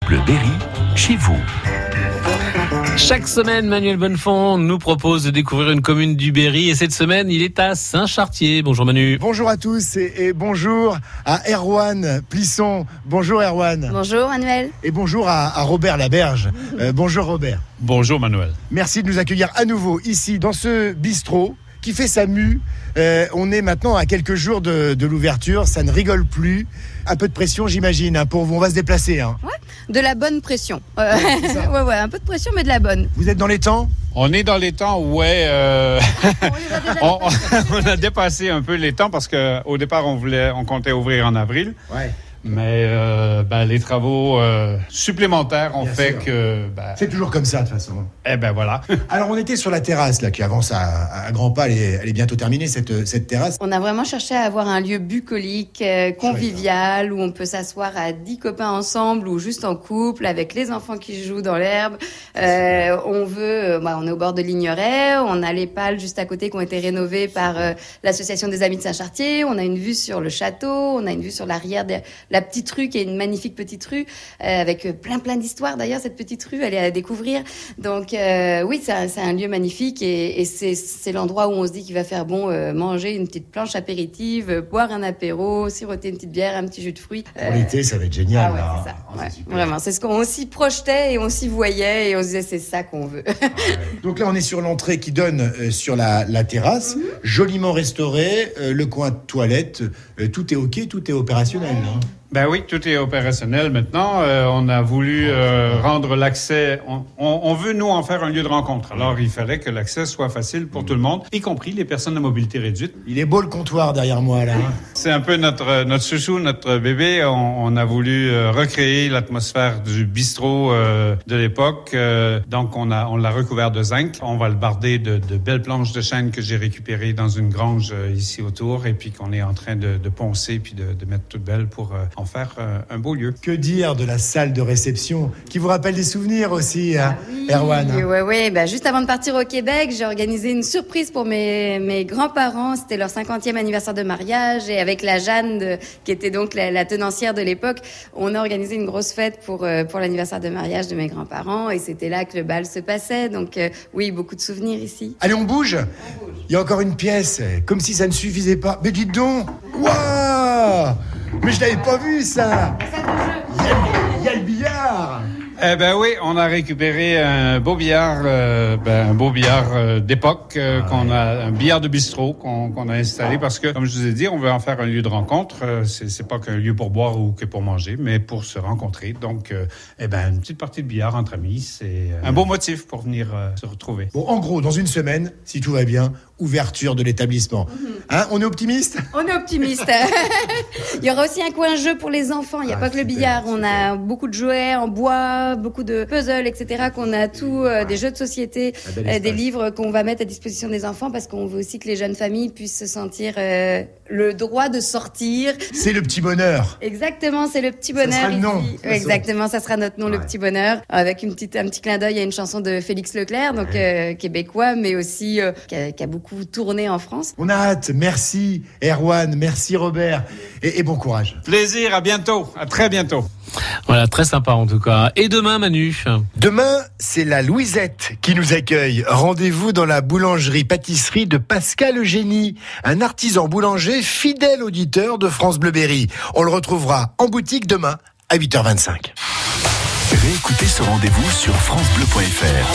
Bleu Berry, chez vous. Chaque semaine, Manuel Bonnefond nous propose de découvrir une commune du Berry et cette semaine, il est à Saint-Chartier. Bonjour Manu. Bonjour à tous et bonjour à Erwan Plisson. Bonjour Erwan. Bonjour Manuel. Et bonjour à Robert Laberge. Bonjour Robert. Bonjour Manuel. Merci de nous accueillir à nouveau ici dans ce bistrot qui fait sa mue. On est maintenant à quelques jours de l'ouverture, ça ne rigole plus. Un peu de pression j'imagine, hein, pour vous, on va se déplacer. Hein. Ouais, de la bonne pression. ouais, un peu de pression mais de la bonne. Vous êtes dans les temps ? On est dans les temps, ouais. On a dépassé un peu les temps parce qu'au départ, on comptait ouvrir en avril. Ouais. Mais les travaux supplémentaires ont fait que... c'est toujours comme ça de toute façon. Eh ben voilà. Alors on était sur la terrasse là, qui avance à grands pas, elle est bientôt terminée cette terrasse. On a vraiment cherché à avoir un lieu bucolique, convivial, où on peut s'asseoir à 10 copains ensemble ou juste en couple avec les enfants qui jouent dans l'herbe. On est au bord de Ligneret, on a les pales juste à côté qui ont été rénovées par l'association des Amis de Saint-Chartier. On a une vue sur le château, on a une vue sur l'arrière la petite rue qui est une magnifique petite rue avec plein d'histoires. D'ailleurs, cette petite rue, elle est à découvrir. Donc oui, c'est un lieu magnifique et c'est l'endroit où on se dit qu'il va faire bon manger une petite planche apéritive, boire un apéro, siroter une petite bière, un petit jus de fruits. Pour l'été, ça va être génial. C'est ça. Vraiment, c'est ce qu'on s'y projetait et on s'y voyait et on se disait c'est ça qu'on veut. Donc là, on est sur l'entrée qui donne sur la terrasse, joliment restaurée, le coin de toilette, tout est ok, tout est opérationnel. Hein. Ben oui, tout est opérationnel maintenant. On a voulu rendre l'accès... On veut, nous, en faire un lieu de rencontre. Alors, il fallait que l'accès soit facile pour tout le monde, y compris les personnes à mobilité réduite. Il est beau le comptoir derrière moi, là. C'est un peu notre chouchou, notre bébé. On a voulu recréer l'atmosphère du bistrot de l'époque. Donc, on l'a recouvert de zinc. On va le barder de belles planches de chêne que j'ai récupérées dans une grange ici autour et puis qu'on est en train de poncer puis de mettre toutes belles pour... en faire un beau lieu. Que dire de la salle de réception qui vous rappelle des souvenirs aussi, Erwan? Oui. Juste avant de partir au Québec, j'ai organisé une surprise pour mes grands-parents. C'était leur 50e anniversaire de mariage et avec la Jeanne, qui était donc la tenancière de l'époque, on a organisé une grosse fête pour l'anniversaire de mariage de mes grands-parents et c'était là que le bal se passait. Donc oui, beaucoup de souvenirs ici. Allez, on bouge. Il y a encore une pièce, comme si ça ne suffisait pas. Mais dites donc, waouh! Mais je l'avais pas vu, ça. Il y a le billard. Eh ben oui, on a récupéré un beau billard, d'époque, un billard de bistrot qu'on a installé parce que, comme je vous ai dit, on veut en faire un lieu de rencontre. C'est pas qu'un lieu pour boire ou que pour manger, mais pour se rencontrer. Donc, une petite partie de billard entre amis, c'est un beau motif pour venir se retrouver. Bon, en gros, dans une semaine, si tout va bien, ouverture de l'établissement. Hein, on est optimiste ? On est optimiste. Il y aura aussi un coin jeu pour les enfants. Il n'y a pas que le billard. On a beaucoup de jouets en bois, beaucoup de puzzles, etc. Qu'on a tout, des jeux de société, des livres qu'on va mettre à disposition des enfants parce qu'on veut aussi que les jeunes familles puissent se sentir le droit de sortir. C'est le petit bonheur. Exactement, c'est le petit bonheur. Ça sera le nom. Exactement, ça sera notre nom, le petit bonheur. Avec un petit clin d'œil à une chanson de Félix Leclerc, donc québécois, mais aussi qui a beaucoup tourné en France. On a hâte. Merci Erwan, merci Robert et bon courage. Plaisir, à bientôt, à très bientôt. Voilà, très sympa en tout cas. Et demain, Manu? Demain, c'est la Louisette qui nous accueille. Rendez-vous dans la boulangerie-pâtisserie de Pascal Eugénie, un artisan boulanger fidèle auditeur de France Bleu Berry. On le retrouvera en boutique demain à 8h25. Réécoutez ce rendez-vous sur francebleu.fr.